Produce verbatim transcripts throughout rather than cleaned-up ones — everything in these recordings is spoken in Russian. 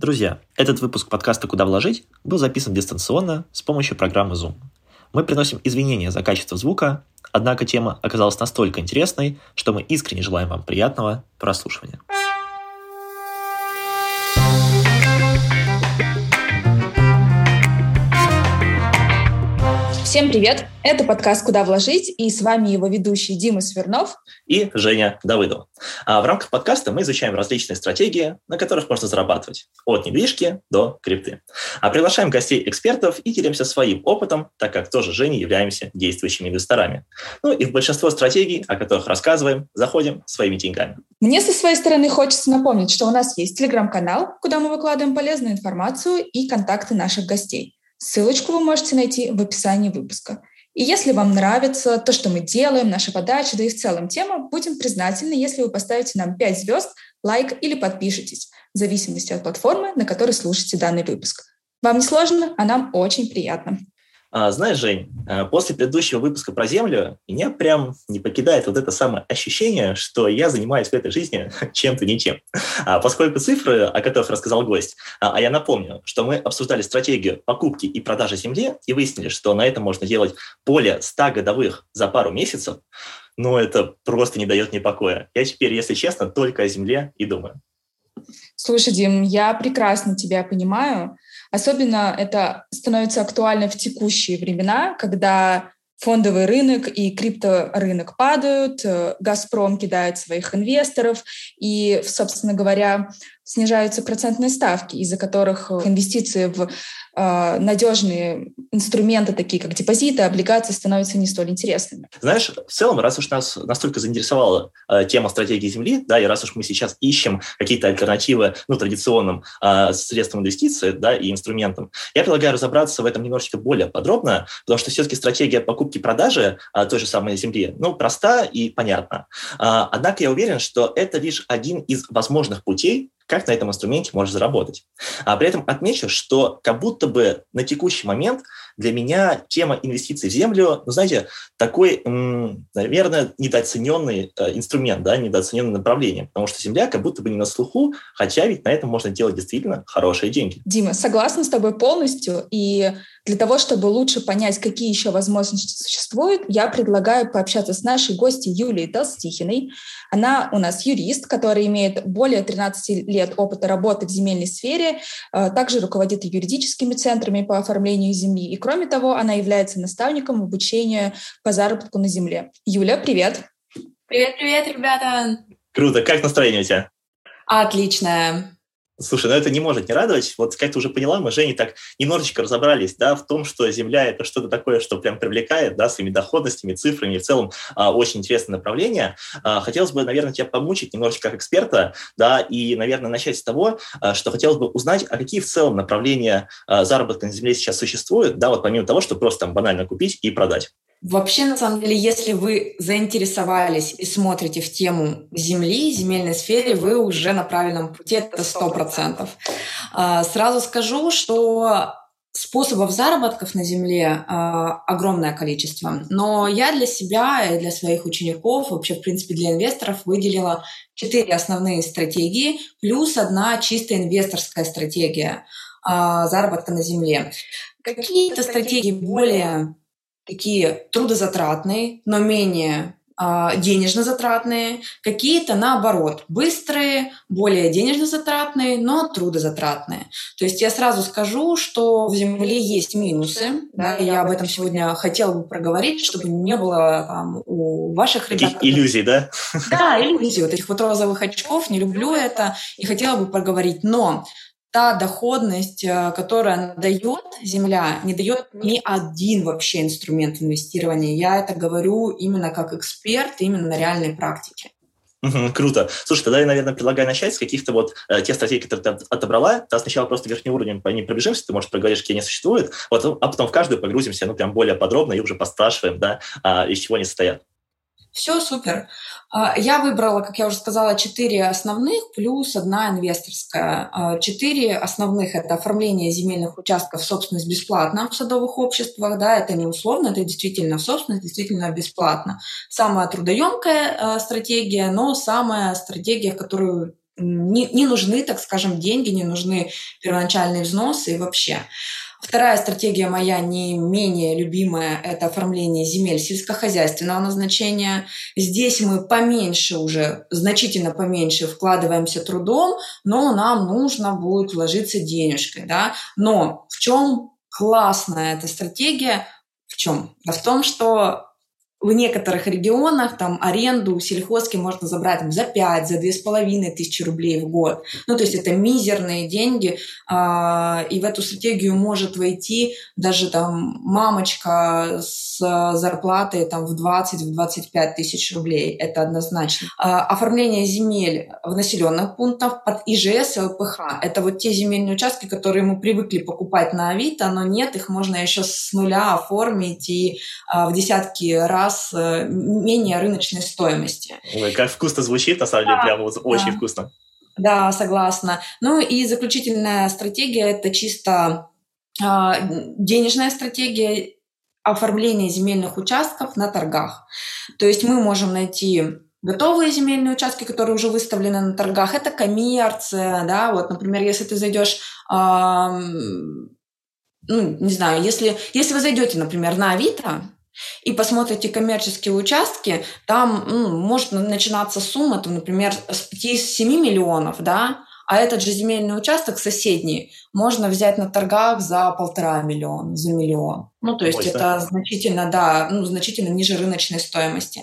Друзья, этот выпуск подкаста «Куда вложить» был записан дистанционно с помощью программы Zoom. Мы приносим извинения за качество звука, однако тема оказалась настолько интересной, что мы искренне желаем вам приятного прослушивания. Всем привет! Это подкаст «Куда вложить», и с вами его ведущий Дима Смирнов и Женя Давыдова. А в рамках подкаста мы изучаем различные стратегии, на которых можно зарабатывать, от недвижки до крипты. А приглашаем гостей-экспертов и делимся своим опытом, так как тоже с Женей являемся действующими инвесторами. Ну и в большинство стратегий, о которых рассказываем, заходим своими деньгами. Мне со своей стороны хочется напомнить, что у нас есть телеграм-канал, куда мы выкладываем полезную информацию и контакты наших гостей. Ссылочку вы можете найти в описании выпуска. И если вам нравится то, что мы делаем, наша подача, да и в целом тема, будем признательны, если вы поставите нам пять звезд, лайк или подпишитесь, в зависимости от платформы, на которой слушаете данный выпуск. Вам не сложно, а нам очень приятно. А, знаешь, Жень, после предыдущего выпуска про Землю меня прям не покидает вот это самое ощущение, что я занимаюсь в этой жизни чем-то ничем. А поскольку цифры, о которых рассказал гость, а я напомню, что мы обсуждали стратегию покупки и продажи земли и выяснили, что на этом можно делать более ста годовых за пару месяцев, но это просто не дает мне покоя. Я теперь, если честно, только о земле и думаю. Слушай, Дим, я прекрасно тебя понимаю. Особенно это становится актуально в текущие времена, когда фондовый рынок и крипторынок падают, «Газпром» кидает своих инвесторов, и, собственно говоря, снижаются процентные ставки, из-за которых инвестиции в э, надежные инструменты, такие как депозиты, облигации, становятся не столь интересными. Знаешь, в целом, раз уж нас настолько заинтересовала э, тема стратегии Земли, да, и раз уж мы сейчас ищем какие-то альтернативы ну, традиционным э, средствам инвестиций, да, и инструментам, я предлагаю разобраться в этом немножечко более подробно, потому что все-таки стратегия покупки-продажи э, той же самой Земли, ну, проста и понятна. Э, однако я уверен, что это лишь один из возможных путей, как на этом инструменте можешь заработать. А при этом отмечу, что как будто бы на текущий момент для меня тема инвестиций в землю, ну, знаете, такой, м, наверное, недооцененный э, инструмент, да, недооцененное направление, потому что земля как будто бы не на слуху, хотя ведь на этом можно делать действительно хорошие деньги. Дима, согласна с тобой полностью, и для того, чтобы лучше понять, какие еще возможности существуют, я предлагаю пообщаться с нашей гостьей Юлией Толстихиной. Она у нас юрист, который имеет более тринадцати лет опыта работы в земельной сфере, также руководит юридическими центрами по оформлению земли. И, кроме того, она является наставником обучения по заработку на земле. Юля, привет! Привет-привет, ребята! Круто! Как настроение у тебя? Отличное! Слушай, ну это не может не радовать. Вот, как ты уже поняла, мы с Женей так немножечко разобрались, да, в том, что земля – это что-то такое, что прям привлекает, да, своими доходностями, цифрами. В целом а, очень интересное направление. А, хотелось бы, наверное, тебя помучить немножечко как эксперта, да, и, наверное, начать с того, а, что хотелось бы узнать, а какие в целом направления а, заработка на земле сейчас существуют, да, вот помимо того, что просто там банально купить и продать. Вообще, на самом деле, если вы заинтересовались и смотрите в тему земли, земельной сфере, вы уже на правильном пути, это сто процентов. Сразу скажу, что способов заработков на земле огромное количество, но я для себя и для своих учеников, вообще, в принципе, для инвесторов выделила четыре основные стратегии, плюс одна чисто инвесторская стратегия заработка на земле. Какие-то стратегии более такие трудозатратные, но менее э, денежно-затратные, какие-то, наоборот, быстрые, более денежно-затратные, но трудозатратные. То есть я сразу скажу, что в земле есть минусы, да, и я об этом сегодня хотела бы проговорить, чтобы не было там, у ваших ребят... Таких иллюзий, да? Да, иллюзий, вот этих вот розовых очков, не люблю это, и хотела бы проговорить, но... Та доходность, которая дает земля, не дает ни один вообще инструмент инвестирования. Я это говорю именно как эксперт, именно на реальной практике. Угу, круто. Слушай, тогда я, наверное, предлагаю начать с каких-то вот э, тех стратегий, которые ты отобрала. Да, сначала просто верхним уровнем по ним пробежимся, ты, может, проговоришь, какие они существуют, вот, а потом в каждую погрузимся, ну, прям более подробно и уже поспрашиваем, да, а, из чего они состоят. Все супер. Я выбрала, как я уже сказала, четыре основных плюс одна инвесторская. Четыре основных – это оформление земельных участков в собственность бесплатно в садовых обществах. Да, это не условно, это действительно в собственность, действительно бесплатно. Самая трудоемкая стратегия, но самая стратегия, в которую не, не нужны, так скажем, деньги, не нужны первоначальные взносы и вообще. Вторая стратегия моя, не менее любимая, это оформление земель сельскохозяйственного назначения. Здесь мы поменьше уже, значительно поменьше вкладываемся трудом, но нам нужно будет вложиться денежкой. Да? Но в чем классная эта стратегия? В чем? Да в том, что в некоторых регионах там аренду сельхозки можно забрать там, за пять, за две с половиной тысячи рублей в год. Ну, то есть это мизерные деньги, э, и в эту стратегию может войти даже там мамочка с зарплатой там, в двадцать-двадцать пять тысяч рублей. Это однозначно. Э, оформление земель в населенных пунктах под И Ж С и Л П Х. Это вот те земельные участки, которые мы привыкли покупать на Авито, но нет, их можно еще с нуля оформить и э, в десятки раз менее рыночной стоимости. Ой, как вкусно звучит, на самом деле, да, прям вот очень да. вкусно. Да, согласна. Ну и заключительная стратегия – это чисто э, денежная стратегия оформления земельных участков на торгах. То есть мы можем найти готовые земельные участки, которые уже выставлены на торгах. Это коммерция, да, вот, например, если ты зайдешь… Э, ну, не знаю, если, если вы зайдете, например, на Авито, и посмотрите коммерческие участки, там ну, может начинаться сумма, там, например, с пяти-семи миллионов, да, а этот же земельный участок соседний можно взять на торгах за полтора миллиона, за миллион. Ну, то есть Ой, это да. значительно, да, ну, значительно ниже рыночной стоимости.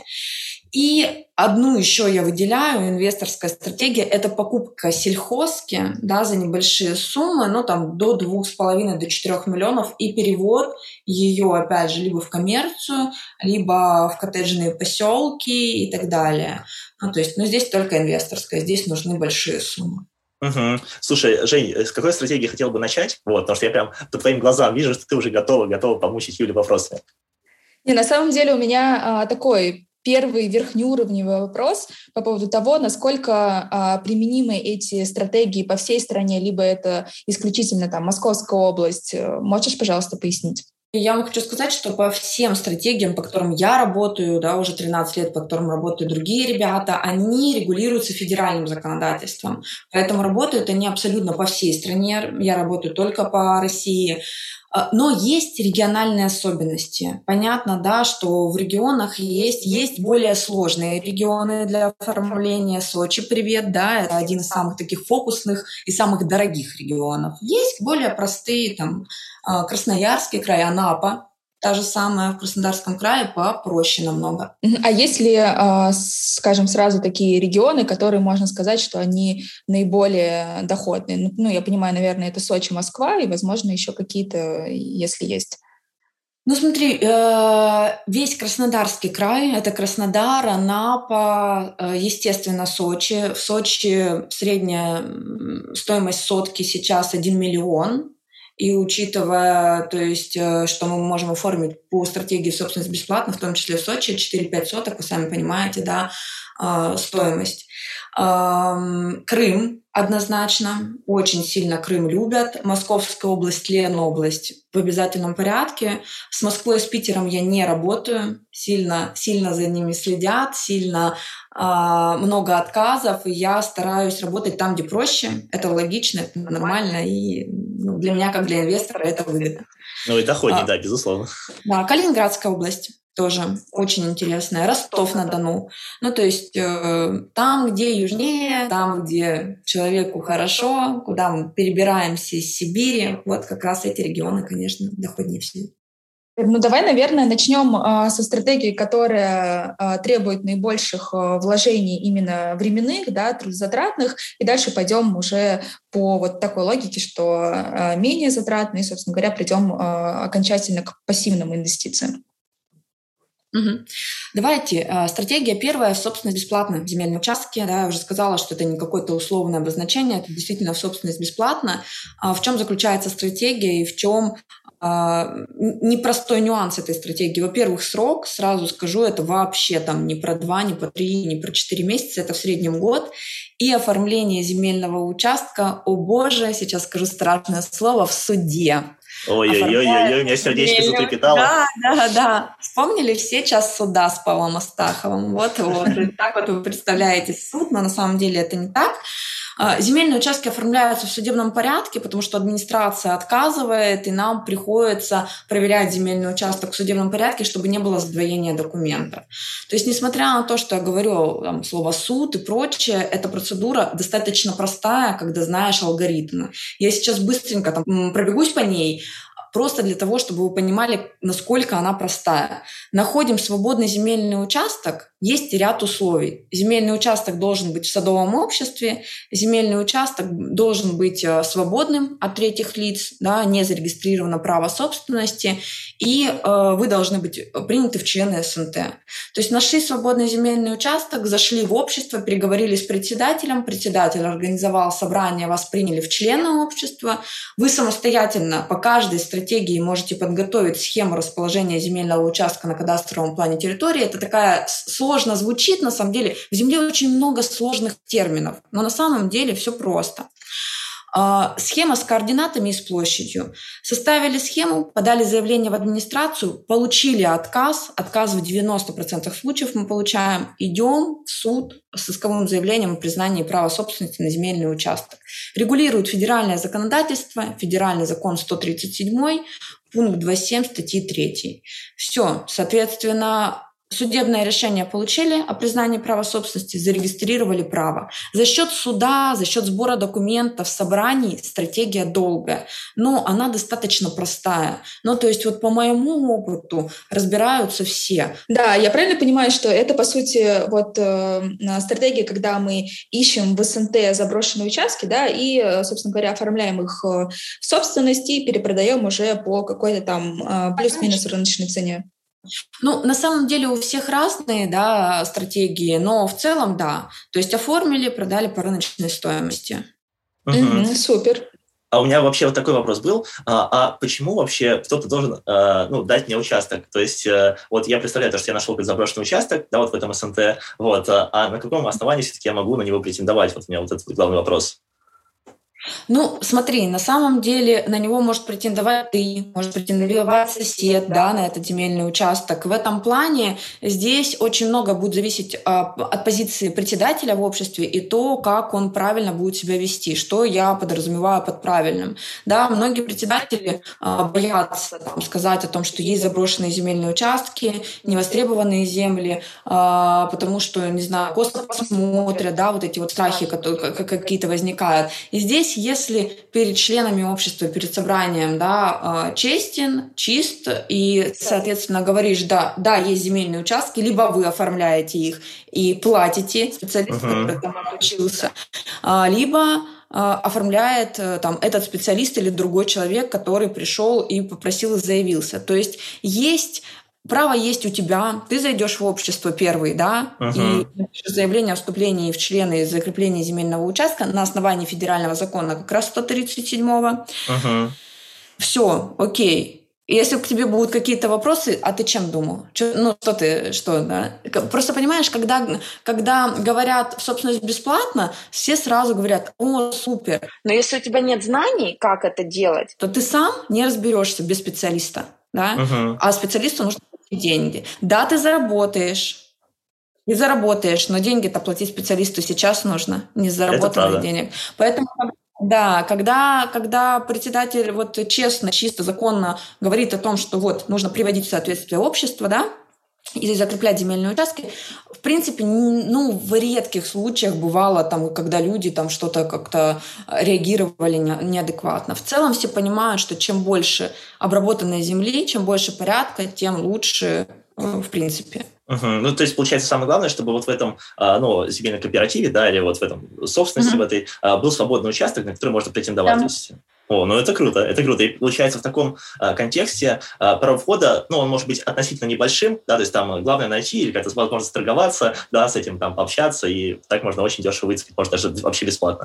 И одну еще я выделяю, инвесторская стратегия, это покупка сельхозки, да, за небольшие суммы, ну, там, до двух с половиной, до четырех миллионов, и перевод ее, опять же, либо в коммерцию, либо в коттеджные поселки и так далее. Ну, то есть, ну, здесь только инвесторская, здесь нужны большие суммы. Угу. Слушай, Жень, с какой стратегии хотел бы начать? Вот, потому что я прям по твоим глазам вижу, что ты уже готова, готова помучить Юлю вопросами. Не, на самом деле у меня а, такой первый верхнеуровневый вопрос по поводу того, насколько а, применимы эти стратегии по всей стране, либо это исключительно там Московская область. Можешь, пожалуйста, пояснить? Я вам хочу сказать, что по всем стратегиям, по которым я работаю, да, уже тринадцать лет, по которым работают другие ребята, они регулируются федеральным законодательством. Поэтому работают они абсолютно по всей стране. Я работаю только по России. Но есть региональные особенности. Понятно, да, что в регионах есть, есть более сложные регионы для оформления. Сочи, привет, да, это один из самых таких фокусных и самых дорогих регионов. Есть более простые, там, Красноярский край, Анапа, та же самая в Краснодарском крае, попроще намного. А есть ли, скажем, сразу такие регионы, которые можно сказать, что они наиболее доходные? Ну, я понимаю, наверное, это Сочи, Москва и, возможно, еще какие-то, если есть. Ну, смотри, весь Краснодарский край, это Краснодар, Анапа, естественно, Сочи. В Сочи средняя стоимость сотки сейчас один миллион. И учитывая, то есть, что мы можем оформить по стратегии собственность бесплатно, в том числе в Сочи, четыре-пять соток, вы сами понимаете, да, стоимость. Крым однозначно, очень сильно Крым любят. Московская область, Ленобласть в обязательном порядке. С Москвой и с Питером я не работаю, сильно, сильно за ними следят, сильно э, много отказов, и я стараюсь работать там, где проще. Это логично, это нормально, и ну, для меня, как для инвестора, это выгодно. Ну и доходнее, а, да, безусловно. Да, Калининградская область. Тоже очень интересная. Ростов-на-Дону. Ну, то есть э, там, где южнее, там, где человеку хорошо, куда мы перебираемся из Сибири, вот как раз эти регионы, конечно, доходнее всего. Ну, давай, наверное, начнем э, со стратегии, которая э, требует наибольших э, вложений именно временных, да, трудозатратных, и дальше пойдем уже по вот такой логике, что э, менее затратные, собственно говоря, придем э, окончательно к пассивным инвестициям. Угу. Давайте. Стратегия первая – собственность бесплатно в земельном участке. Да, я уже сказала, что это не какое-то условное обозначение, это действительно собственность бесплатно. В чем заключается стратегия и в чем непростой нюанс этой стратегии? Во-первых, срок, сразу скажу, это вообще там не про два, не про три, не про четыре месяца, это в среднем год. И оформление земельного участка, о боже, сейчас скажу страшное слово, в суде. Ой-ой-ой, у меня сердечко затрепетало. Да, да, да. Вспомнили все час суда с Павлом Астаховым. Вот, вот. Так вот вы представляете суд, но на самом деле это не так. Земельные участки оформляются в судебном порядке, потому что администрация отказывает, и нам приходится проверять земельный участок в судебном порядке, чтобы не было сдвоения документов. То есть, несмотря на то, что я говорю там, слово «суд» и прочее, эта процедура достаточно простая, когда знаешь алгоритмы. Я сейчас быстренько там, пробегусь по ней, просто для того, чтобы вы понимали, насколько она простая. Находим свободный земельный участок, есть ряд условий. Земельный участок должен быть в садовом обществе, земельный участок должен быть свободным от третьих лиц, да, не зарегистрировано право собственности, и э, вы должны быть приняты в члены СНТ. То есть нашли свободный земельный участок, зашли в общество, переговорили с председателем, председатель организовал собрание, вас приняли в члены общества, вы самостоятельно по каждой стратегии можете подготовить схему расположения земельного участка на кадастровом плане территории. Это такая сложно звучит, на самом деле. В земле очень много сложных терминов, но на самом деле все просто. Схема с координатами и с площадью. Составили схему, подали заявление в администрацию, получили отказ. Отказ в девяноста процентах случаев мы получаем. Идем в суд с исковым заявлением о признании права собственности на земельный участок. Регулирует федеральное законодательство, федеральный закон сто тридцать седьмой, пункт двадцать семь статьи третьей. Все, соответственно, судебное решение получили о признании права собственности, зарегистрировали право. За счет суда, за счет сбора документов, собраний стратегия долгая, но она достаточно простая. Ну, то есть вот по моему опыту разбираются все. Да, я правильно понимаю, что это, по сути, вот э, стратегия, когда мы ищем в СНТ заброшенные участки, да, и, собственно говоря, оформляем их в собственности и перепродаем уже по какой-то там э, плюс-минус рыночной цене. Ну, на самом деле у всех разные, да, стратегии, но в целом, да. То есть оформили, продали по рыночной стоимости. Угу. Mm-hmm, супер. А у меня вообще вот такой вопрос был. А, а почему вообще кто-то должен а, ну, дать мне участок? То есть а, вот я представляю, что я нашел заброшенный участок, да, вот в этом СНТ, вот, а, а на каком основании все-таки я могу на него претендовать? Вот у меня вот этот главный вопрос. Ну, смотри, на самом деле на него может претендовать ты, может претендовать сосед, да, на этот земельный участок. В этом плане здесь очень много будет зависеть а, от позиции председателя в обществе и то, как он правильно будет себя вести, что я подразумеваю под правильным. Да, многие председатели а, боятся там, сказать о том, что есть заброшенные земельные участки, невостребованные земли, а, потому что, не знаю, косо посмотрят, да, вот эти вот страхи, которые какие-то возникают. И здесь если перед членами общества, перед собранием, да, честен, чист и, соответственно, говоришь, да, да, есть земельные участки, либо вы оформляете их и платите специалисту, uh-huh. который там обучился, либо оформляет там этот специалист или другой человек, который пришел и попросил и заявился. То есть есть право есть у тебя, ты зайдешь в общество первый, да, uh-huh. и напишешь заявление о вступлении в члены и закреплении земельного участка на основании федерального закона, как раз сто тридцать седьмого. Uh-huh. Все, окей. Если к тебе будут какие-то вопросы, а ты чем думал? Че, ну, что ты, что, да? Просто понимаешь, когда, когда говорят собственность бесплатно, все сразу говорят, о, супер. Но если у тебя нет знаний, как это делать, то ты сам не разберешься без специалиста, да? Uh-huh. А специалисту нужно деньги. Да, ты заработаешь. И заработаешь, но деньги-то платить специалисту сейчас нужно, не с заработанных денег. Поэтому, да, когда, когда председатель вот честно, чисто, законно говорит о том, что вот нужно приводить в соответствие общество, да, и закреплять земельные участки, в принципе, ну, в редких случаях бывало, там, когда люди там что-то как-то реагировали неадекватно. В целом все понимают, что чем больше обработанной земли, чем больше порядка, тем лучше, в принципе. Угу. Ну, то есть, получается, самое главное, чтобы вот в этом ну, земельном кооперативе, да, или вот в этом собственности, угу. в этой, был свободный участок, на который можно претендовать. Да. О, ну это круто, это круто. И получается, в таком а, контексте а, право входа, ну, он может быть относительно небольшим, да, то есть там главное найти или как-то возможность торговаться, да, с этим там пообщаться, и так можно очень дешево выцепить, может, даже вообще бесплатно.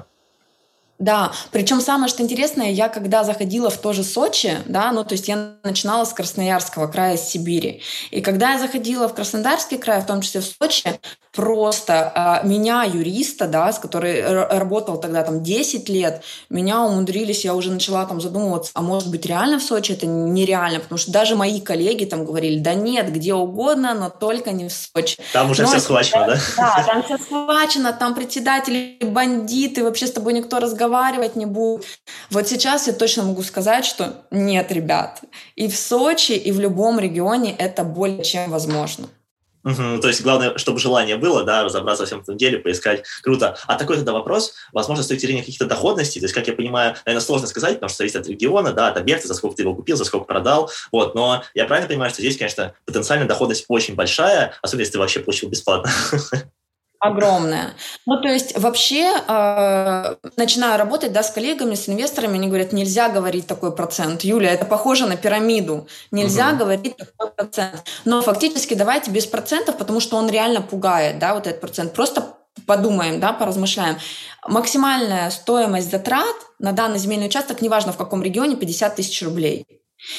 Да, причем самое, что интересное, я когда заходила в то же Сочи, да, ну, то есть я начинала с Красноярского края, с Сибири, и когда я заходила в Краснодарский край, в том числе в Сочи, просто а, меня, юриста, да, с которой р- работал тогда там десять лет, меня умудрились, я уже начала там задумываться, а может быть реально в Сочи это нереально, потому что даже мои коллеги там говорили, да нет, где угодно, но только не в Сочи. Там уже но, все схвачено, да? Да, там все схвачено, там председатели бандиты, вообще с тобой никто разговаривать не будет. Вот сейчас я точно могу сказать, что нет, ребят, и в Сочи, и в любом регионе это более чем возможно. Угу, то есть главное, чтобы желание было, да, разобраться во всем этом деле, поискать. Круто. А такой тогда вопрос, возможно, с точки зрения каких-то доходностей, то есть, как я понимаю, наверное, сложно сказать, потому что зависит от региона, да, от объекта, за сколько ты его купил, за сколько продал, вот, но я правильно понимаю, что здесь, конечно, потенциальная доходность очень большая, особенно если ты вообще получил бесплатно. Огромная. Ну, то есть вообще, э, начинаю работать, да, с коллегами, с инвесторами, они говорят, нельзя говорить такой процент. Юля, это похоже на пирамиду. Нельзя угу. говорить такой процент. Но фактически давайте без процентов, потому что он реально пугает, да, вот этот процент. Просто подумаем, да, поразмышляем. Максимальная стоимость затрат на данный земельный участок, неважно в каком регионе, пятьдесят тысяч рублей.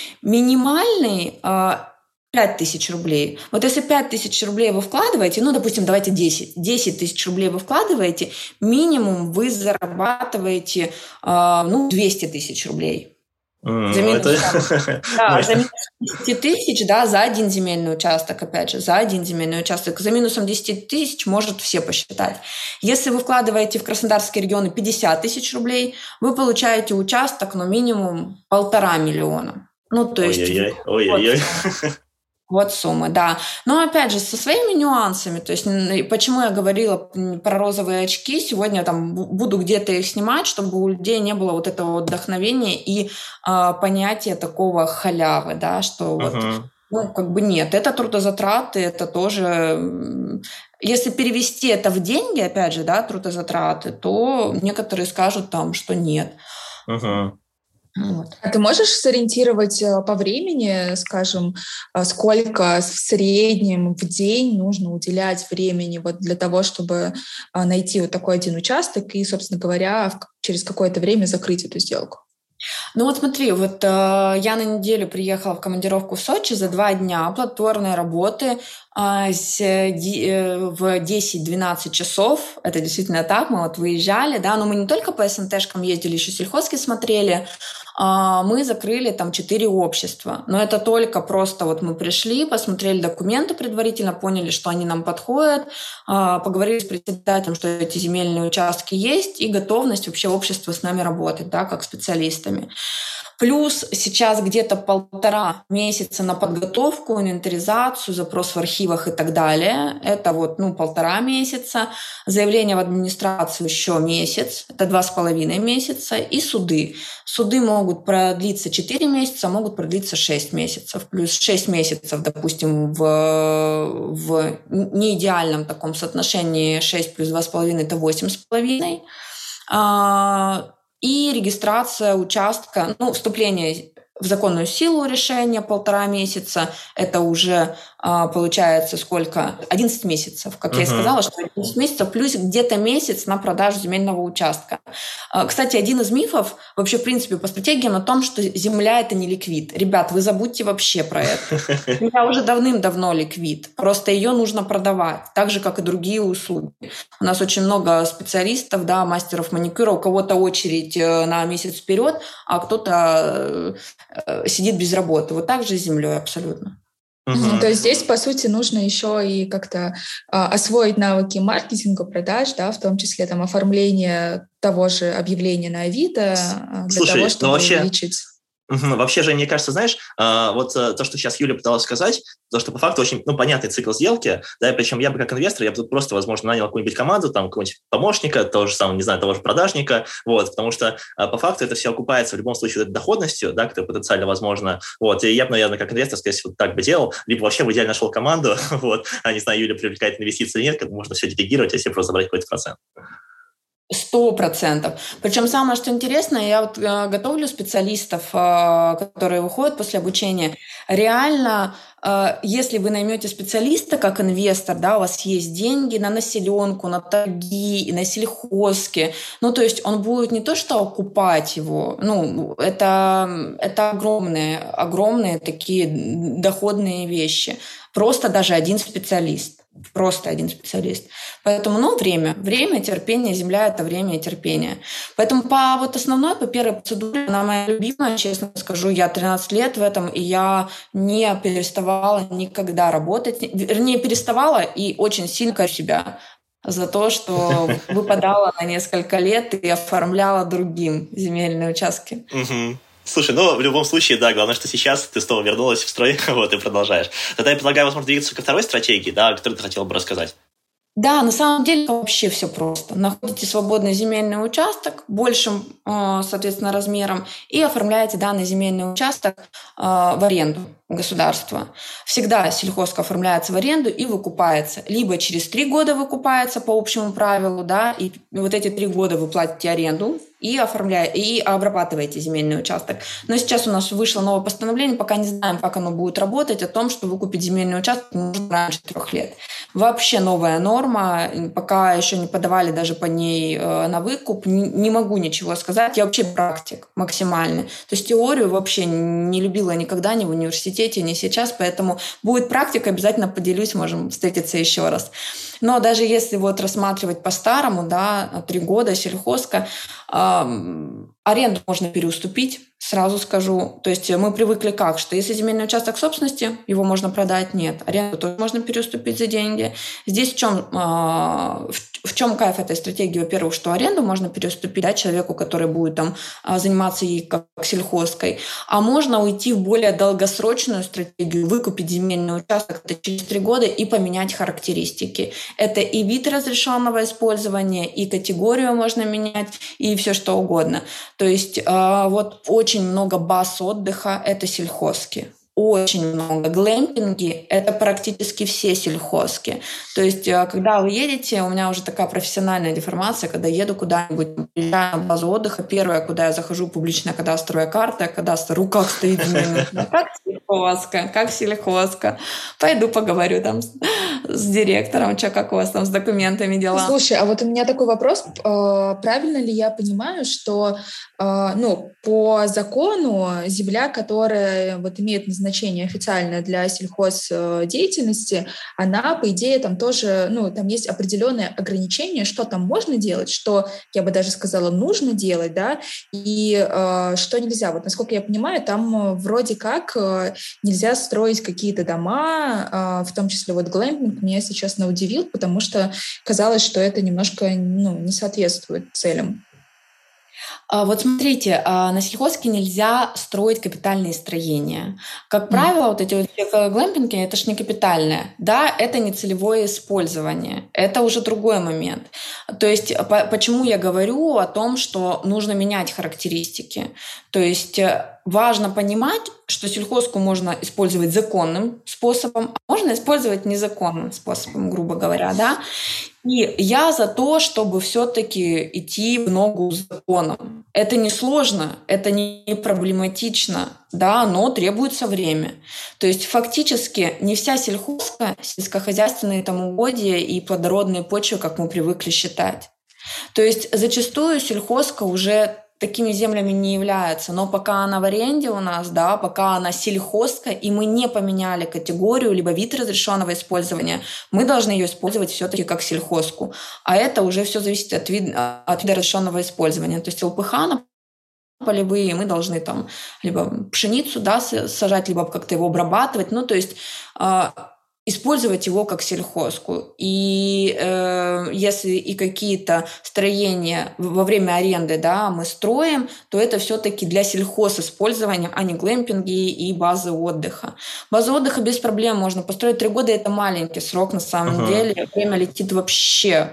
Минимальный э, пять тысяч рублей. Вот если пять тысяч рублей вы вкладываете, ну, допустим, давайте десять. десять тысяч рублей вы вкладываете, минимум вы зарабатываете, э, ну, двести тысяч рублей. Mm, за минус, это... да, за минус десять тысяч, да, за один земельный участок, опять же, за один земельный участок. За минусом десять тысяч может все посчитать. Если вы вкладываете в Краснодарский регион пятьдесят тысяч рублей, вы получаете участок, ну, минимум полтора миллиона. Ну, то есть... Ой-ой-ой, ой-ой-ой. Вот суммы, да. Но опять же, со своими нюансами. То есть, почему я говорила про розовые очки, сегодня я там буду где-то их снимать, чтобы у людей не было вот этого вдохновения и э, понятия такого халявы, да, что вот, uh-huh. ну, как бы нет, это трудозатраты, это тоже... Если перевести это в деньги, опять же, да, трудозатраты, то некоторые скажут там, что нет. Uh-huh. Вот. А ты можешь сориентировать по времени, скажем, сколько в среднем в день нужно уделять времени вот для того, чтобы найти вот такой один участок и, собственно говоря, через какое-то время закрыть эту сделку? Ну вот смотри, вот э, я на неделю приехала в командировку в Сочи за два дня плодотворной работы э, с, э, в десять-двенадцать часов. Это действительно так, мы вот выезжали, да, но мы не только по СНТшкам ездили, еще сельхозки смотрели. Э, мы закрыли там четыре общества. Но это только просто вот мы пришли, посмотрели документы предварительно, поняли, что они нам подходят, э, поговорили с председателем, что эти земельные участки есть, и готовность вообще общества с нами работать, да, как специалисты. Плюс сейчас где-то полтора месяца на подготовку, инвентаризацию, запрос в архивах и так далее. Это вот, ну, полтора месяца. Заявление в администрацию еще месяц. Это два с половиной месяца. И суды. Суды могут продлиться четыре месяца, могут продлиться шесть месяцев. Плюс шесть месяцев, допустим, в, в неидеальном таком соотношении шесть плюс два с половиной – это восемь с половиной. И регистрация участка, ну, вступление в законную силу решения полтора месяца, это уже а, получается сколько? одиннадцать месяцев, как uh-huh. я и сказала, что одиннадцать месяцев плюс где-то месяц на продажу земельного участка. А, кстати, один из мифов вообще, в принципе, по стратегиям о том, что земля – это не ликвид. Ребят, вы забудьте вообще про это. Земля уже давным-давно ликвид, просто ее нужно продавать, так же, как и другие услуги. У нас очень много специалистов, да, мастеров маникюра, у кого-то очередь на месяц вперед, а кто-то сидит без работы. Вот так же с землей абсолютно. Uh-huh. То есть здесь, по сути, нужно еще и как-то а, освоить навыки маркетинга, продаж, да, в том числе там оформление того же объявления на Авито для Слушай, того, чтобы вообще... увеличить... Угу. Вообще же, мне кажется, знаешь, э, вот э, то, что сейчас Юля пыталась сказать, то, что по факту очень, ну, понятный цикл сделки, да, и причем я бы как инвестор, я бы тут просто, возможно, нанял какую-нибудь команду, там, какого-нибудь помощника, того же самого, не знаю, того же продажника, вот, потому что э, по факту это все окупается в любом случае этой доходностью, да, которая потенциально возможна, вот, и я бы, наверное, как инвестор, скорее всего, так бы делал, либо вообще в идеале нашел команду, вот, а не знаю, Юля привлекает инвестиции или нет, как можно все делегировать, если просто забрать какой-то процент. Сто процентов. Причем самое, что интересно, я вот э, готовлю специалистов, э, которые выходят после обучения. Реально, э, если вы наймете специалиста как инвестор, да, у вас есть деньги на населенку, на торги и на сельхозки, ну, то есть он будет не то что окупать его, ну, это, это огромные, огромные такие доходные вещи. Просто даже один специалист. просто один специалист. Поэтому, ну, время. Время, терпение, земля – это время и терпение. Поэтому по вот основной, по первой процедуре, она моя любимая, честно скажу, я тринадцать лет в этом, и я не переставала никогда работать. Вернее, переставала и очень сильно корю себя за то, что выпадала на несколько лет и оформляла другим земельные участки. Слушай, ну, в любом случае, да, главное, что сейчас ты снова вернулась в строй, вот, и продолжаешь. Тогда я предлагаю, возможно, двигаться ко второй стратегии, да, о которой ты хотела бы рассказать. Да, на самом деле вообще все просто. Находите свободный земельный участок большим, соответственно, размером и оформляете данный земельный участок в аренду государства. Всегда сельхозка оформляется в аренду и выкупается. Либо через три года выкупается по общему правилу, да, и вот эти три года вы платите аренду и оформляете, и обрабатываете земельный участок. Но сейчас у нас вышло новое постановление, пока не знаем, как оно будет работать, о том, что выкупить земельный участок можно раньше трех лет. Вообще новая норма, пока еще не подавали даже по ней на выкуп, не могу ничего сказать. Я вообще практик максимальный. То есть теорию вообще не любила никогда, ни в университете, не сейчас, поэтому будет практика, обязательно поделюсь, можем встретиться еще раз. Но даже если вот рассматривать по-старому, да, три года сельхозка, э, аренду можно переуступить, сразу скажу. То есть мы привыкли как, что если земельный участок собственности, его можно продать, нет. Аренду тоже можно переуступить за деньги. Здесь в чем, э, в, в чем кайф этой стратегии? Во-первых, что аренду можно переуступить, да, человеку, который будет там заниматься ей как сельхозкой, а можно уйти в более долгосрочную стратегию, выкупить земельный участок через три года и поменять характеристики. Это и вид разрешенного использования, и категорию можно менять, и все что угодно. То есть э, вот очень много баз отдыха – это сельхозки. Очень много. Глэмпинги – это практически все сельхозки. То есть, когда вы едете, у меня уже такая профессиональная деформация, когда еду куда-нибудь, приезжаю на базу отдыха, первое, куда я захожу, публичная кадастровая карта, кадастр, в руках стоит земельная. Как сельхозка, как сельхозка. Пойду поговорю там с, с директором, что, как у вас там с документами дела. Слушай, а вот у меня такой вопрос. Правильно ли я понимаю, что ну, по закону земля, которая вот имеет назначение значение официальное для сельхоздеятельности, она, по идее, там тоже, ну, там есть определенные ограничения, что там можно делать, что, я бы даже сказала, нужно делать, да, и э, что нельзя. Вот, насколько я понимаю, там вроде как э, нельзя строить какие-то дома, э, в том числе вот глэмпинг меня, если честно, удивил, потому что казалось, что это немножко, ну, не соответствует целям. Вот смотрите, на сельхозке нельзя строить капитальные строения. Как правило, mm. вот эти вот глэмпинги, это ж не капитальное. Да, это не целевое использование. Это уже другой момент. То есть почему я говорю о том, что нужно менять характеристики. То есть важно понимать, что сельхозку можно использовать законным способом, а можно использовать незаконным способом, грубо говоря, да. И я за то, чтобы все-таки идти в ногу с законом. Это не сложно, это не проблематично, да, но требуется время. То есть фактически не вся сельхозка, сельскохозяйственные там угодья и плодородные почвы, как мы привыкли считать. То есть зачастую сельхозка уже такими землями не является, но пока она в аренде у нас, да, пока она сельхозка, и мы не поменяли категорию либо вид разрешенного использования, мы должны ее использовать все-таки как сельхозку. А это уже все зависит от вида, от вида разрешенного использования. То есть ЛПХ на полевые мы должны там либо пшеницу, да, сажать, либо как-то его обрабатывать. Ну, то есть использовать его как сельхозку. И э, если и какие-то строения во время аренды, да, мы строим, то это все-таки для сельхозиспользования, а не глэмпинги и базы отдыха. Базу отдыха без проблем можно построить. Три года – это маленький срок на самом uh-huh. деле. Время летит вообще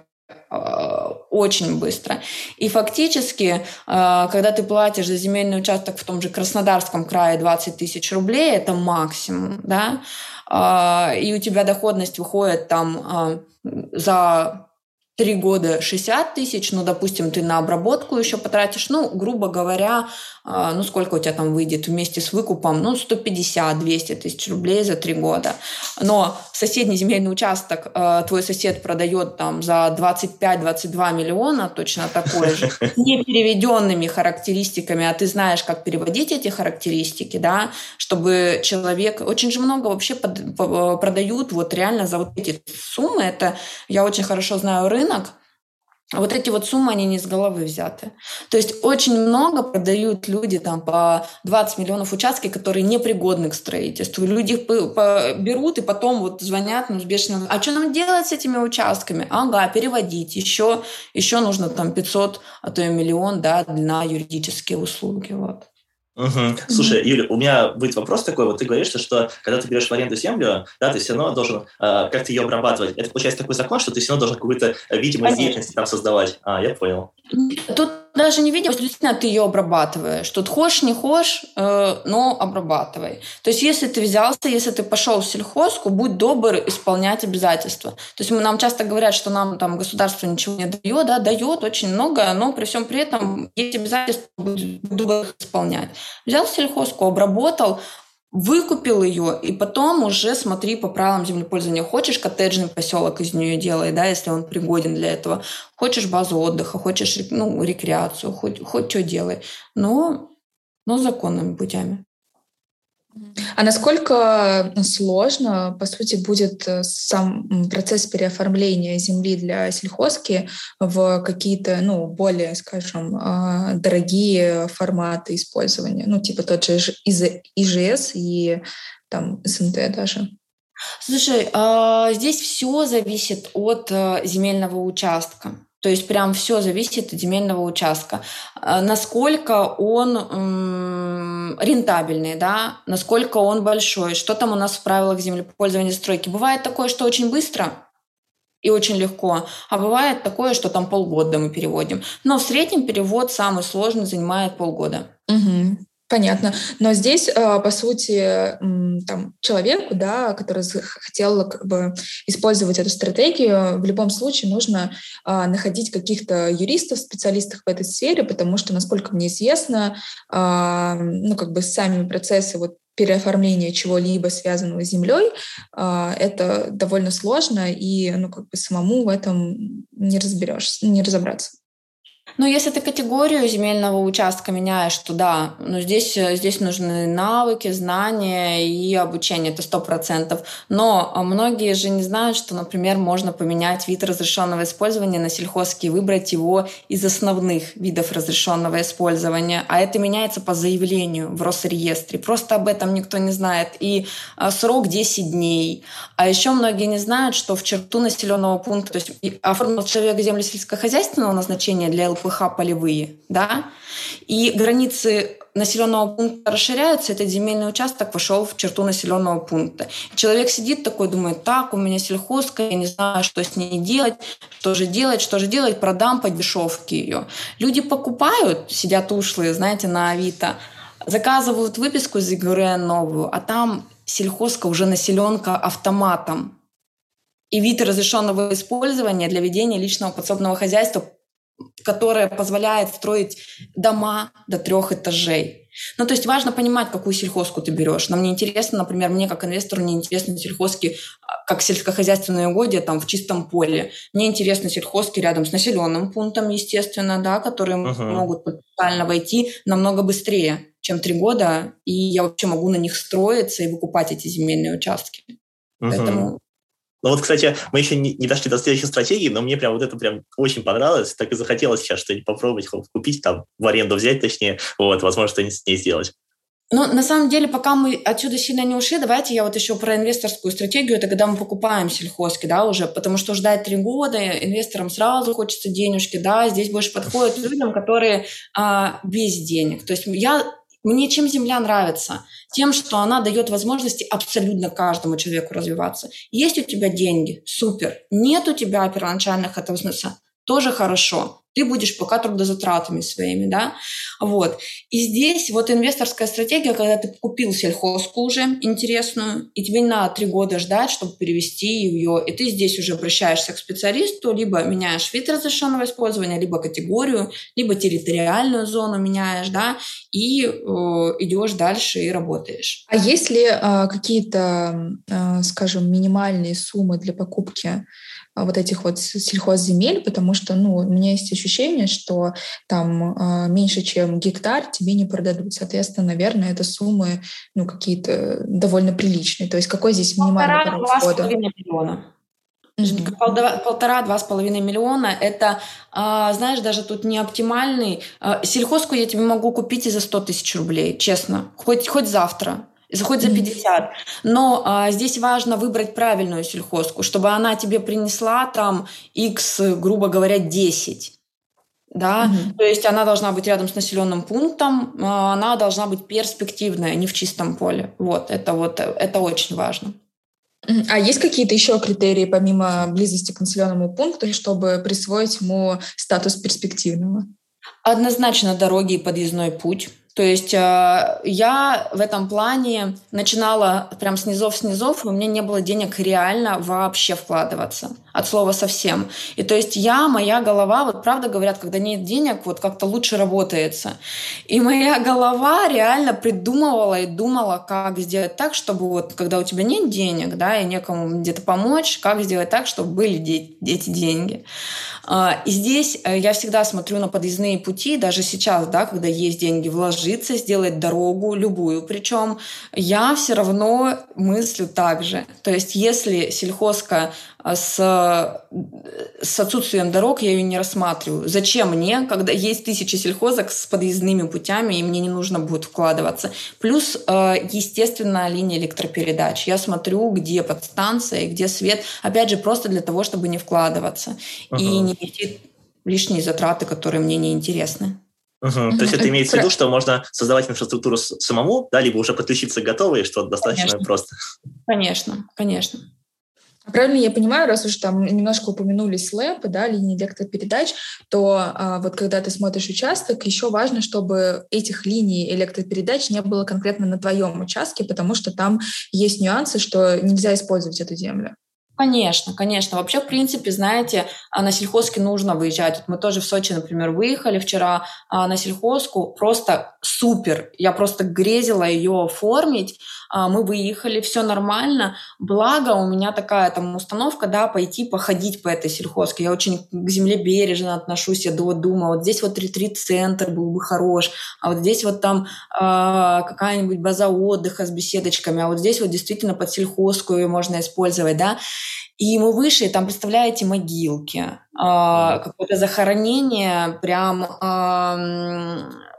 очень быстро. И фактически, когда ты платишь за земельный участок в том же Краснодарском крае двадцать тысяч рублей, это максимум, да, и у тебя доходность выходит там за три года шестьдесят тысяч, ну, допустим, ты на обработку еще потратишь, ну, грубо говоря, ну, сколько у тебя там выйдет вместе с выкупом, ну, сто пятьдесят - двести тысяч рублей за три года. Но соседний земельный участок твой сосед продает там за двадцать пять - двадцать два миллиона, точно такой же, с непереведенными характеристиками, а ты знаешь, как переводить эти характеристики, да, чтобы человек... Очень же много вообще под... продают вот реально за вот эти суммы, это я очень хорошо знаю рынок, вот эти вот суммы, они не с головы взяты. То есть очень много продают люди там по двадцать миллионов участки, которые непригодны к строительству. Люди их берут и потом вот звонят ну, с бешеным... А что нам делать с этими участками? Ага, переводить. Еще, еще нужно там пятьсот, а то и миллион, да, на юридические услуги. Вот. Угу. Слушай, Юля, у меня будет вопрос такой. Вот ты говоришь, что, что когда ты берешь в аренду землю, да, ты все равно должен э, как-то ее обрабатывать. Это получается такой закон, что ты все равно должен какую-то видимость деятельности там создавать. А, я понял. Тут даже не видимость, действительно ты ее обрабатываешь. Тут хочешь, не хочешь, э, но обрабатывай. То есть если ты взялся, если ты пошел в сельхозку, будь добр исполнять обязательства. То есть нам часто говорят, что нам там государство ничего не дает, да, дает очень много, но при всем при этом есть обязательства, будь добр исполнять. Взял сельхозку, обработал, выкупил ее, и потом уже смотри по правилам землепользования. Хочешь коттеджный поселок из нее делай, да, если он пригоден для этого. Хочешь базу отдыха, хочешь ну, рекреацию, хоть, хоть что делай. Но, но законными путями. А насколько сложно, по сути, будет сам процесс переоформления земли для сельхозки в какие-то, ну, более, скажем, дорогие форматы использования, ну, типа тот же ИЖС и там СНТ даже? Слушай, здесь все зависит от земельного участка. То есть прям все зависит от земельного участка. Насколько он м, рентабельный, да? Насколько он большой, что там у нас в правилах землепользования стройки. Бывает такое, что очень быстро и очень легко, а бывает такое, что там полгода мы переводим. Но в среднем перевод самый сложный занимает полгода. Угу. Понятно. Но здесь, по сути, там, человеку, да, который хотел как бы использовать эту стратегию, в любом случае нужно находить каких-то юристов, специалистов в этой сфере, потому что, насколько мне известно, ну, как бы сами процессы вот переоформления чего-либо, связанного с землей, это довольно сложно, и ну, как бы самому в этом не разберешься, не разобраться. Ну, если ты категорию земельного участка меняешь, то да, но здесь, здесь нужны навыки, знания и обучение, это сто процентов. Но многие же не знают, что, например, можно поменять вид разрешенного использования на сельхозский и выбрать его из основных видов разрешенного использования. А это меняется по заявлению в Росреестре. Просто об этом никто не знает. И срок десять дней. А еще многие не знают, что в черту населенного пункта, то есть оформил человек земли сельскохозяйственного назначения для ЛПХ полевые, да, и границы населенного пункта расширяются, этот земельный участок вошел в черту населенного пункта. Человек сидит такой, думает, так, у меня сельхозка, я не знаю, что с ней делать, что же делать, что же делать, продам по дешевке ее. Люди покупают, сидят ушлые, знаете, на Авито, заказывают выписку из ЕГРН новую, а там сельхозка уже населенка автоматом. И вид разрешенного использования для ведения личного подсобного хозяйства, которая позволяет строить дома до трех этажей. Ну, то есть важно понимать, какую сельхозку ты берешь. Нам не интересно, например, мне как инвестору не интересны сельхозки, как сельскохозяйственные угодья там в чистом поле. Мне интересны сельхозки рядом с населенным пунктом, естественно, да, которые uh-huh. могут потенциально войти намного быстрее, чем три года, и я вообще могу на них строиться и выкупать эти земельные участки. Uh-huh. Поэтому... Ну вот, кстати, мы еще не, не дошли до следующей стратегии, но мне прям вот это прям очень понравилось. Так и захотелось сейчас что-нибудь попробовать, купить, там, в аренду взять, точнее, вот, возможно, что-нибудь с ней сделать. Ну, на самом деле, пока мы отсюда сильно не ушли, давайте я вот еще про инвесторскую стратегию, это когда мы покупаем сельхозки, да, уже, потому что ждать три года, инвесторам сразу хочется денежки, да, здесь больше подходит людям, которые а, без денег. То есть я... Мне чем земля нравится? Тем, что она дает возможности абсолютно каждому человеку развиваться. Есть у тебя деньги? Супер. Нет у тебя первоначальных этого тоже хорошо. Ты будешь пока трудозатратами своими, да, вот. И здесь вот инвесторская стратегия, когда ты купил сельхозку уже интересную, и тебе не надо три года ждать, чтобы перевести ее, и ты здесь уже обращаешься к специалисту, либо меняешь вид разрешенного использования, либо категорию, либо территориальную зону меняешь, да, и э, идешь дальше и работаешь. А есть ли э, какие-то, э, скажем, минимальные суммы для покупки вот этих вот сельхозземель, потому что, ну, у меня есть ощущение, что там э, меньше, чем гектар тебе не продадут. Соответственно, наверное, это суммы, ну, какие-то довольно приличные. То есть какой здесь минимальный порог входа? Полтора-два с половиной миллиона. Mm-hmm. Полтора-два с половиной миллиона – это, а, знаешь, даже тут не оптимальный. А, сельхозку я тебе могу купить и за сто тысяч рублей, честно, хоть, хоть завтра. Хоть за пятьдесят. Но а, здесь важно выбрать правильную сельхозку, чтобы она тебе принесла там X, грубо говоря, десять. Да? Mm-hmm. То есть она должна быть рядом с населенным пунктом, а, она должна быть перспективная, не в чистом поле. Вот, это, вот, это очень важно. А есть какие-то еще критерии, помимо близости к населенному пункту, чтобы присвоить ему статус перспективного? Однозначно дороги и подъездной путь. То есть э, я в этом плане начинала прям с низов-снизов, и у меня не было денег реально вообще вкладываться. От слова совсем. И то есть я, моя голова, вот правда говорят, когда нет денег, вот как-то лучше работается. И моя голова реально придумывала и думала, как сделать так, чтобы вот когда у тебя нет денег, да, и некому где-то помочь, как сделать так, чтобы были де- эти деньги. И здесь я всегда смотрю на подъездные пути, даже сейчас, да, когда есть деньги, вложиться, сделать дорогу, любую. Причем я все равно мыслю так же. То есть если сельхозка с, с отсутствием дорог, я ее не рассматриваю. Зачем мне, когда есть тысячи сельхозок с подъездными путями, и мне не нужно будет вкладываться. Плюс, естественно, линия электропередач. Я смотрю, где подстанция и где свет. Опять же, просто для того, чтобы не вкладываться. Uh-huh. И не идти лишние затраты, которые мне не интересны. Угу. То есть это имеется в виду, что можно создавать инфраструктуру самому, да, либо уже подключиться к готовой, что достаточно конечно. Просто. Конечно, конечно. Правильно я понимаю, раз уж там немножко упомянулись слэпы, да, линии электропередач, то а, вот когда ты смотришь участок, еще важно, чтобы этих линий электропередач не было конкретно на твоем участке, потому что там есть нюансы, что нельзя использовать эту землю. Конечно, конечно. Вообще, в принципе, знаете, на сельхозке нужно выезжать. Мы тоже в Сочи, например, выехали вчера на сельхозку. Просто супер. Я просто грезила ее оформить. Мы выехали, все нормально. Благо, у меня такая там установка, да, пойти походить по этой сельхозке. Я очень к земле бережно отношусь. Я думаю, вот здесь вот ретрит-центр был бы хорош, а вот здесь вот там э, какая-нибудь база отдыха с беседочками, а вот здесь вот действительно под сельхозку ее можно использовать, да. И мы вышли, там, представляете, могилки, э, какое-то захоронение, прям, э,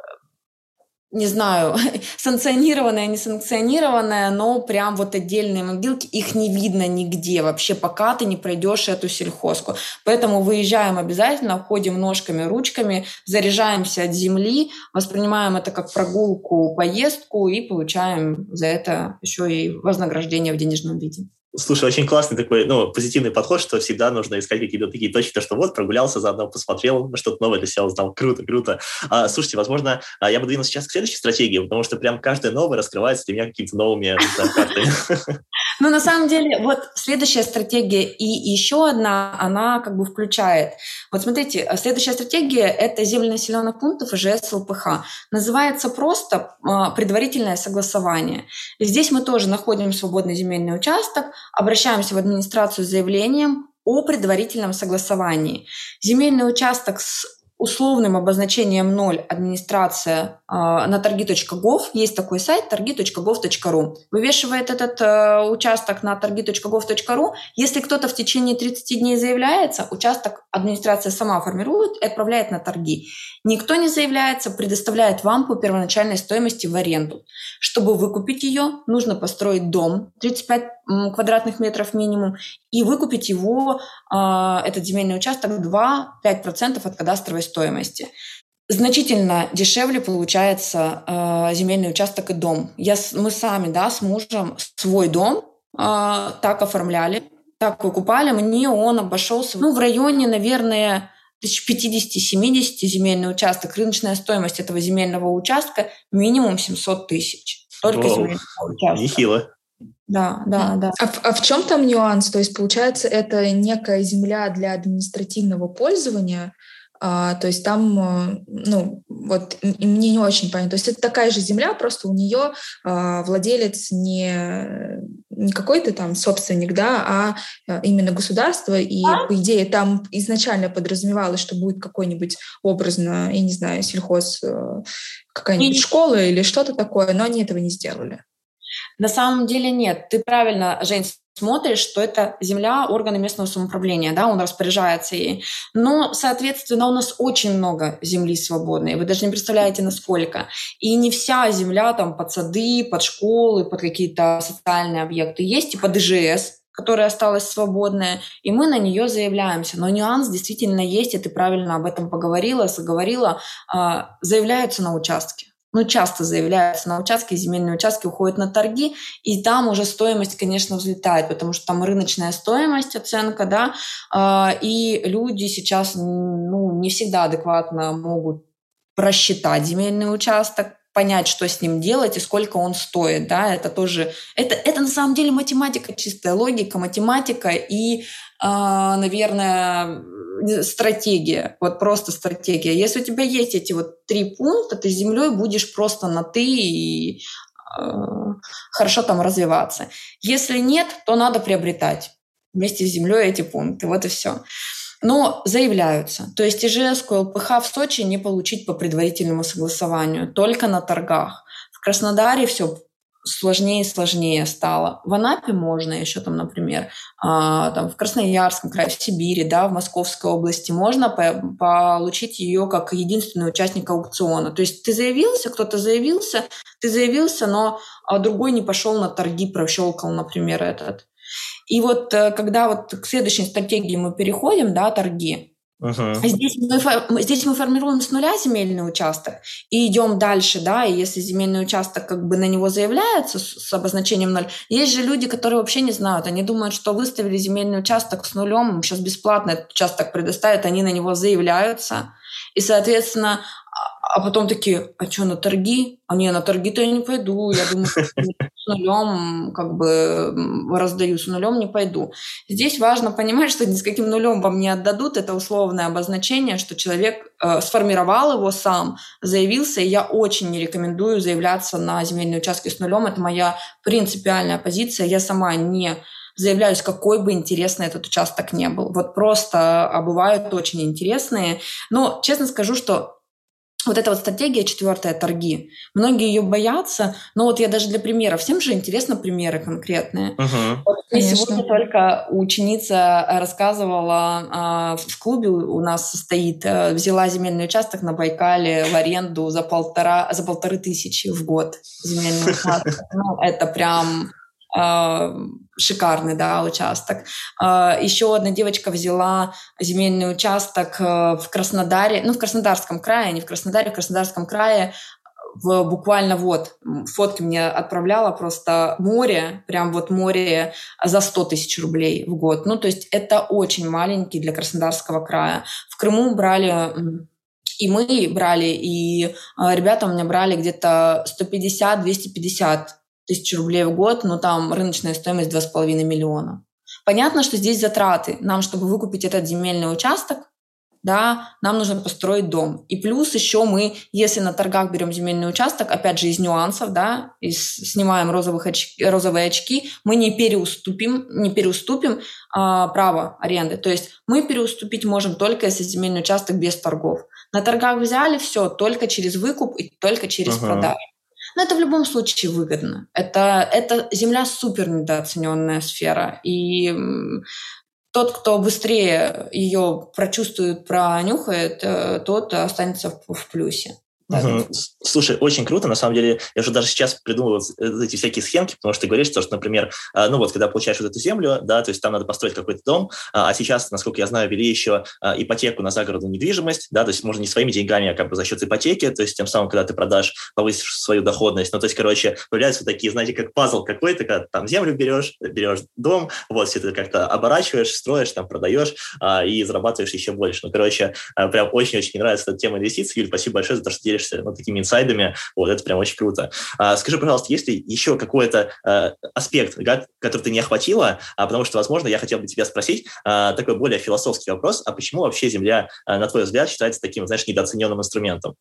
не знаю, санкционированное, несанкционированное, но прям вот отдельные могилки, их не видно нигде вообще, пока ты не пройдешь эту сельхозку. Поэтому выезжаем обязательно, входим ножками, ручками, заряжаемся от земли, воспринимаем это как прогулку, поездку и получаем за это еще и вознаграждение в денежном виде. Слушай, очень классный такой, ну, позитивный подход, что всегда нужно искать какие-то такие точки, то, что вот, прогулялся заодно, посмотрел, что-то новое для себя узнал. Круто, круто. А, слушайте, возможно, я бы двинулся сейчас к следующей стратегии, потому что прям каждая новая раскрывается для меня какими-то новыми картами. Ну, на самом деле, вот следующая стратегия и еще одна, она как бы включает. Вот смотрите, следующая стратегия – это земли населенных пунктов и ЖС ЛПХ. Называется просто предварительное согласование. И здесь мы тоже находим свободный земельный участок, обращаемся в администрацию с заявлением о предварительном согласовании. Земельный участок с условным обозначением ноль администрация э, на торги точка гов. Есть такой сайт торги точка гов точка ру. Вывешивает этот э, участок на торги точка гов точка ру. Если кто-то в течение тридцати дней заявляется, участок администрация сама формирует и отправляет на торги. Никто не заявляется, предоставляет вам по первоначальной стоимости в аренду. Чтобы выкупить ее, нужно построить дом тридцать пять квадратных метров минимум и выкупить его, э, этот земельный участок, два-пять процентов от кадастровой стоимости. Значительно дешевле получается э, земельный участок и дом. Я, мы сами, да, с мужем свой дом э, так оформляли, так выкупали. Мне он обошелся, ну, в районе, наверное, тысяч пятьдесят-семьдесят земельный участок, рыночная стоимость этого земельного участка минимум семьсот тысяч. Только Воу, земельного участка. нехило. Да, да, да. А, в- а в чем там нюанс? То есть, получается, это некая земля для административного пользования, а, то есть там, э, ну, вот м- мне не очень понятно. То есть это такая же земля, просто у нее а, владелец не, не какой-то там собственник, да, а а именно государство, и, по идее, там изначально подразумевалось, что будет какой-нибудь образно, я не знаю, сельхоз, э, какая-нибудь И- школа или что-то такое, но они этого не сделали. На самом деле нет. Ты правильно, Жень, смотришь, что это земля органа местного самоуправления, да, он распоряжается ей. Но, соответственно, у нас очень много земли свободной. Вы даже не представляете, насколько. И не вся земля там под сады, под школы, под какие-то социальные объекты. Есть и под ИЖС, которая осталась свободная, и мы на нее заявляемся. Но нюанс действительно есть, и ты правильно об этом поговорила, заговорила, а, заявляются на участке. Ну, часто заявляются на участки, земельные участки уходят на торги, и там уже стоимость, конечно, взлетает, потому что там рыночная стоимость, оценка, да, а, и люди сейчас, ну, не всегда адекватно могут просчитать земельный участок, понять, что с ним делать и сколько он стоит, да, это тоже, это, это на самом деле математика, чистая логика, математика и, а, наверное, стратегия, вот просто стратегия. Если у тебя есть эти вот три пункта, ты с землей будешь просто на «ты» и э, хорошо там развиваться. Если нет, то надо приобретать вместе с землей эти пункты, вот и все. Но заявляются. То есть ИЖС, ЛПХ в Сочи не получить по предварительному согласованию, только на торгах. В Краснодаре все сложнее и сложнее стало. В Анапе можно еще там, например, а, там, в Красноярском крае, в Сибири, да, в Московской области можно по- получить ее как единственный участник аукциона. То есть ты заявился, кто-то заявился, ты заявился, но а, другой не пошел на торги, прощелкал, например, этот. И вот э, когда вот к следующей стратегии мы переходим, да, торги, Мгм. Здесь мы, фо- здесь мы формируем с нуля земельный участок и идем дальше, да, и если земельный участок, как бы на него заявляется с, с обозначением ноль, есть же люди, которые вообще не знают, они думают, что выставили земельный участок с нулем, им сейчас бесплатно этот участок предоставят, они на него заявляются, и, соответственно, а, а потом такие, а что, на торги? А не, на торги-то я не пойду, я думаю, что с нулем как бы м, раздаю, с нулем не пойду. Здесь важно понимать, что ни с каким нулем вам не отдадут. Это условное обозначение, что человек э, сформировал его сам, заявился. И я очень не рекомендую заявляться на земельные участки с нулем. Это моя принципиальная позиция. Я сама не заявляюсь, какой бы интересный этот участок не был. Вот просто, а бывают очень интересные. Но честно скажу, что вот эта вот стратегия четвертая, торги, многие ее боятся, но вот я даже для примера, всем же интересно примеры конкретные. Мгм. Вот мне Конечно. сегодня только ученица рассказывала, а, в клубе у нас состоит, а, взяла земельный участок на Байкале в аренду за полтора, за полторы тысячи в год земельный участок. Ну, это прям а, шикарный, да, участок. А, Еще одна девочка взяла земельный участок а, в Краснодаре, ну, в Краснодарском крае, не в Краснодаре, в Краснодарском крае, в, буквально вот, фотки мне отправляла, просто море, прям вот море за сто тысяч рублей в год. Ну, то есть это очень маленький для Краснодарского края. В Крыму брали, м, и мы брали, и а, ребята у меня брали где-то сто пятьдесят - двести пятьдесят тысяч рублей в год, но там рыночная стоимость два с половиной миллиона. Понятно, что здесь затраты. Нам, чтобы выкупить этот земельный участок, да, нам нужно построить дом. И плюс еще мы, если на торгах берем земельный участок, опять же, из нюансов, да, из, снимаем розовых очки, розовые очки, мы не переуступим, не переуступим а, право аренды. То есть мы переуступить можем только если земельный участок без торгов. На торгах взяли все только через выкуп и только через Ага. продажу. Но это в любом случае выгодно. Это, это земля супер недооцененная сфера. И м, тот, кто быстрее ее прочувствует, пронюхает, э, тот останется в, в плюсе. Угу. Слушай, очень круто. На самом деле, я уже даже сейчас придумываю эти всякие схемки, потому что ты говоришь, что, например, ну вот, когда получаешь вот эту землю, да, то есть там надо построить какой-то дом, а сейчас, насколько я знаю, ввели еще ипотеку на загородную недвижимость, да, то есть можно не своими деньгами, а как бы за счет ипотеки, то есть тем самым, когда ты продашь, повысишь свою доходность. Ну, то есть, короче, появляются вот такие, знаете, как пазл какой-то, когда ты там землю берешь, берешь дом, вот, все это как-то оборачиваешь, строишь, там, продаешь а, и зарабатываешь еще больше. Ну, короче, прям очень-очень нравится эта тема инвестиций. Юль, спасибо большое за то, что делишься вот такими инсайдами. Вот, это прям очень круто. А, скажи, пожалуйста, есть ли еще какой-то а, аспект, да, который ты не охватила, а, потому что, возможно, я хотел бы тебя спросить а, такой более философский вопрос, а почему вообще Земля, а, на твой взгляд, считается таким, знаешь, недооцененным инструментом?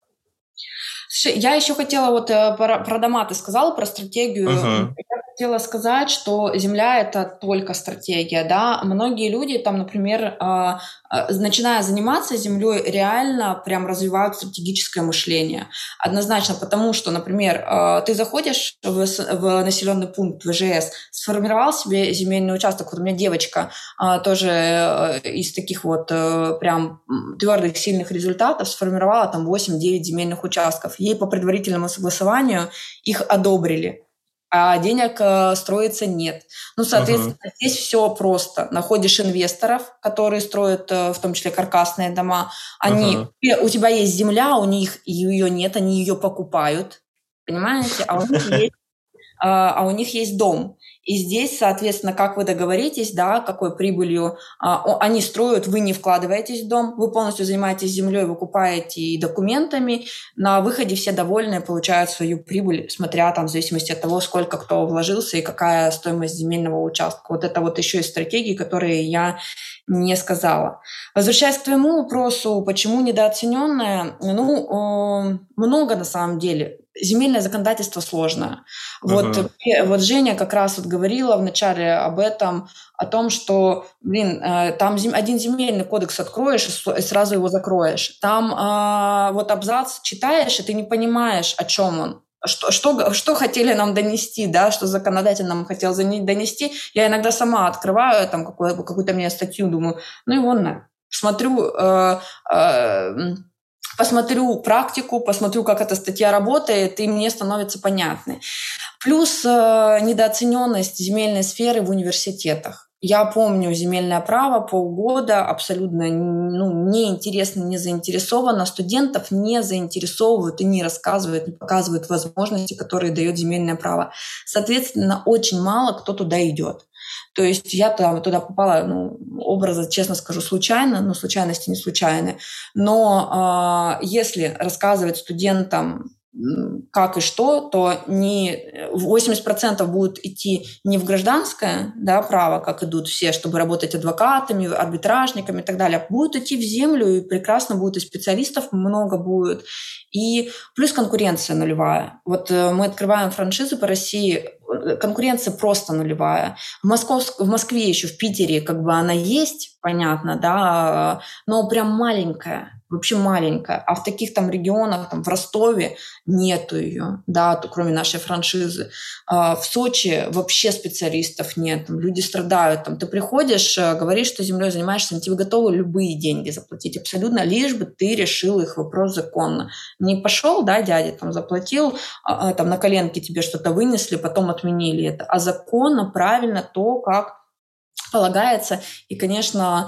Слушай, я еще хотела вот про, про дома ты сказала, про стратегию. Uh-huh. Я хотела сказать, что Земля — это только стратегия, да. Многие люди там, например, э, э, начиная заниматься Землей, реально прям развивают стратегическое мышление. Однозначно, потому что, например, э, ты заходишь в, в населенный пункт вэ жэ эс, сформировал себе земельный участок. Вот у меня девочка э, тоже э, из таких вот э, прям твердых, сильных результатов сформировала там восемь-девять земельных участков. Ей по предварительному согласованию их одобрили, а денег э, строиться нет. Ну, соответственно, uh-huh. здесь все просто. Находишь инвесторов, которые строят, э, в том числе, каркасные дома. Они, uh-huh. У тебя есть земля, у них ее нет, они ее покупают, понимаете? А у них есть, э, а у них есть дом. И здесь, соответственно, как вы договоритесь, да, какой прибылью а, они строят, вы не вкладываетесь в дом, вы полностью занимаетесь землей, выкупаете и документами, на выходе все довольны, получают свою прибыль, смотря там в зависимости от того, сколько кто вложился и какая стоимость земельного участка. Вот это вот еще из стратегий, которые я не сказала. Возвращаясь к твоему вопросу, почему недооцененное, ну, много на самом деле. Земельное законодательство сложное. Вот, uh-huh. вот Женя как раз вот говорила вначале об этом, о том, что, блин, там один земельный кодекс откроешь и сразу его закроешь. Там вот абзац читаешь, и ты не понимаешь, о чем он. Что, что, что хотели нам донести, да, что законодатель нам хотел донести. Я иногда сама открываю там какую, какую-то мне статью, думаю, ну и вон на. Смотрю... Э, э, Посмотрю практику, посмотрю, как эта статья работает, и мне становится понятно. Плюс э, недооцененность земельной сферы в университетах. Я помню земельное право полгода, абсолютно ну, неинтересно, не заинтересовано. Студентов не заинтересовывают и не рассказывают, не показывают возможности, которые дает земельное право. Соответственно, очень мало кто туда идет. То есть я там, туда попала, ну, образно, честно скажу, случайно, но случайности не случайны. Но э, если рассказывать студентам, как и что, то не восемьдесят процентов будут идти не в гражданское, да, право, как идут все, чтобы работать адвокатами, арбитражниками и так далее, будут идти в землю, и прекрасно будет, и специалистов много будет. И плюс конкуренция нулевая. Вот мы открываем франшизу по России, конкуренция просто нулевая. В, Москов, в Москве еще, в Питере, как бы она есть, понятно, да, но прям маленькая. Вообще маленькая, а в таких там регионах, там в Ростове нету ее, да, то, кроме нашей франшизы. А в Сочи вообще специалистов нет, там люди страдают. Там ты приходишь, говоришь, что землей занимаешься, тебе готовы любые деньги заплатить абсолютно, лишь бы ты решил их вопрос законно. Не пошел, да, дядя, там заплатил, а, там на коленке тебе что-то вынесли, потом отменили это, а законно, правильно, то, как полагается. И, конечно,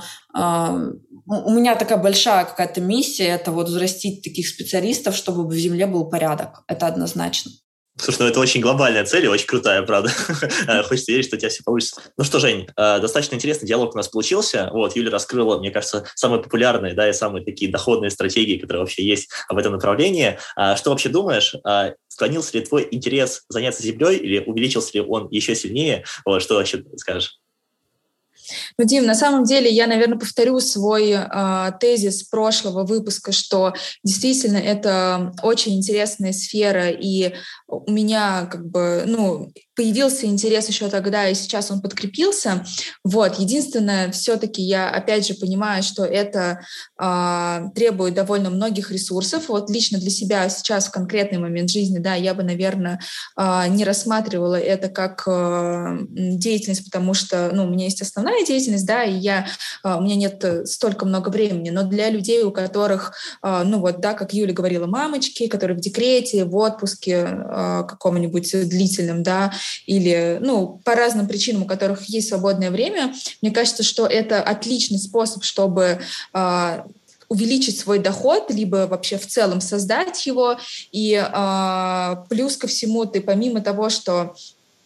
у меня такая большая какая-то миссия, это вот взрастить таких специалистов, чтобы в земле был порядок. Это однозначно. Слушай, ну это очень глобальная цель и очень крутая, правда. Хочется верить, что у тебя все получится. Ну что, Жень, достаточно интересный диалог у нас получился. Вот, Юля раскрыла, мне кажется, самые популярные, да, и самые такие доходные стратегии, которые вообще есть в этом направлении. Что вообще думаешь? Склонился ли твой интерес заняться землей или увеличился ли он еще сильнее? Вот, что вообще скажешь? Ну, Дим, на самом деле я, наверное, повторю свой э, тезис прошлого выпуска, что действительно это очень интересная сфера, и у меня как бы, ну, появился интерес еще тогда, и сейчас он подкрепился. Вот. Единственное, все-таки я опять же понимаю, что это э, требует довольно многих ресурсов. Вот лично для себя сейчас в конкретный момент жизни, да, я бы, наверное, э, не рассматривала это как э, деятельность, потому что, ну, у меня есть основная деятельность, деятельность, да, и я, у меня нет столько много времени, но для людей, у которых, ну вот, да, как Юля говорила, мамочки, которые в декрете, в отпуске каком-нибудь длительном, да, или, ну, по разным причинам, у которых есть свободное время, мне кажется, что это отличный способ, чтобы увеличить свой доход, либо вообще в целом создать его. И э, плюс ко всему ты помимо того, что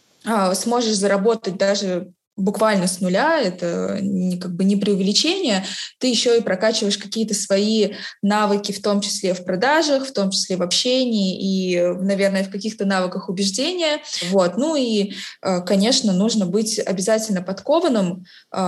э, сможешь заработать даже буквально с нуля, это не, как бы не преувеличение, ты еще и прокачиваешь какие-то свои навыки, в том числе в продажах, в том числе в общении и, наверное, в каких-то навыках убеждения. Вот. Ну и, конечно, нужно быть обязательно подкованным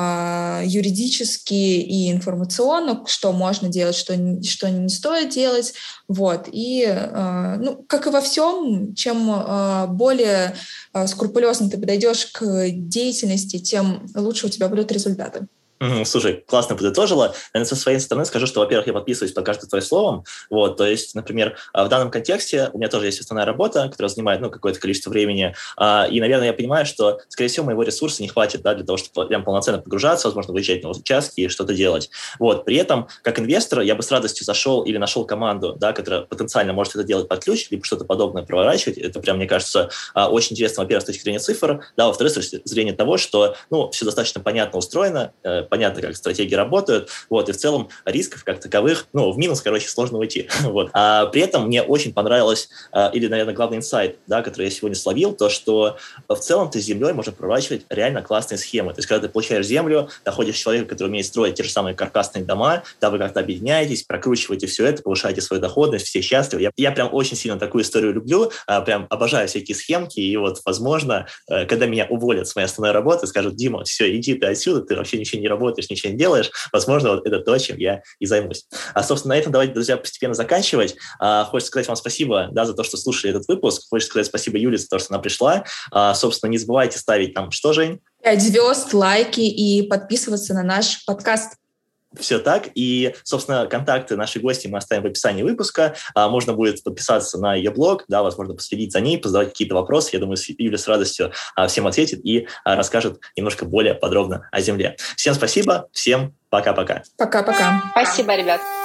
э, юридически и информационно, что можно делать, что, что не стоит делать. Вот. И, э, ну, как и во всем, чем э, более э, скрупулезно ты подойдешь к деятельности, тем лучше у тебя будут результаты. Mm-hmm. Слушай, классно подытожила. Наверное, со своей стороны скажу, что, во-первых, я подписываюсь под каждым твоим словом. Вот, то есть, например, в данном контексте у меня тоже есть основная работа, которая занимает ну, какое-то количество времени. И, наверное, я понимаю, что, скорее всего, моего ресурса не хватит да, для того, чтобы прям полноценно погружаться, возможно, выезжать на участки и что-то делать. Вот. При этом, как инвестор, я бы с радостью зашел или нашел команду, да, которая потенциально может это делать под ключ, либо что-то подобное проворачивать. Это прям, мне кажется, очень интересно, во-первых, с точки зрения цифр, да, во-вторых, с точки зрения того, что ну, все достаточно понятно устроено, понятно, как стратегии работают, вот, и в целом рисков как таковых, ну, в минус, короче, сложно уйти, вот. А при этом мне очень понравилось, или, наверное, главный инсайт, да, который я сегодня словил, то, что в целом ты с землей можешь проворачивать реально классные схемы, то есть, когда ты получаешь землю, находишь человека, который умеет строить те же самые каркасные дома, да, вы как-то объединяетесь, прокручиваете все это, повышаете свою доходность, все счастливы. Я, я прям очень сильно такую историю люблю, прям обожаю всякие схемки, и вот, возможно, когда меня уволят с моей основной работы, скажут: Дима, все, иди ты отсюда, ты вообще ничего не работаешь, ничего не делаешь, возможно, вот это то, чем я и займусь. А, собственно, на этом давайте, друзья, постепенно заканчивать. А, хочется сказать вам спасибо, да, за то, что слушали этот выпуск. Хочется сказать спасибо Юле за то, что она пришла. А, собственно, не забывайте ставить там что, Жень? Пять звезд, лайки и подписываться на наш подкаст. Все так. И, собственно, контакты нашей гости мы оставим в описании выпуска. А, можно будет подписаться на ее блог, да, возможно, последить за ней, позадавать какие-то вопросы. Я думаю, Юля с радостью а, всем ответит и а, расскажет немножко более подробно о Земле. Всем спасибо, всем пока-пока. Пока-пока. Спасибо, ребят.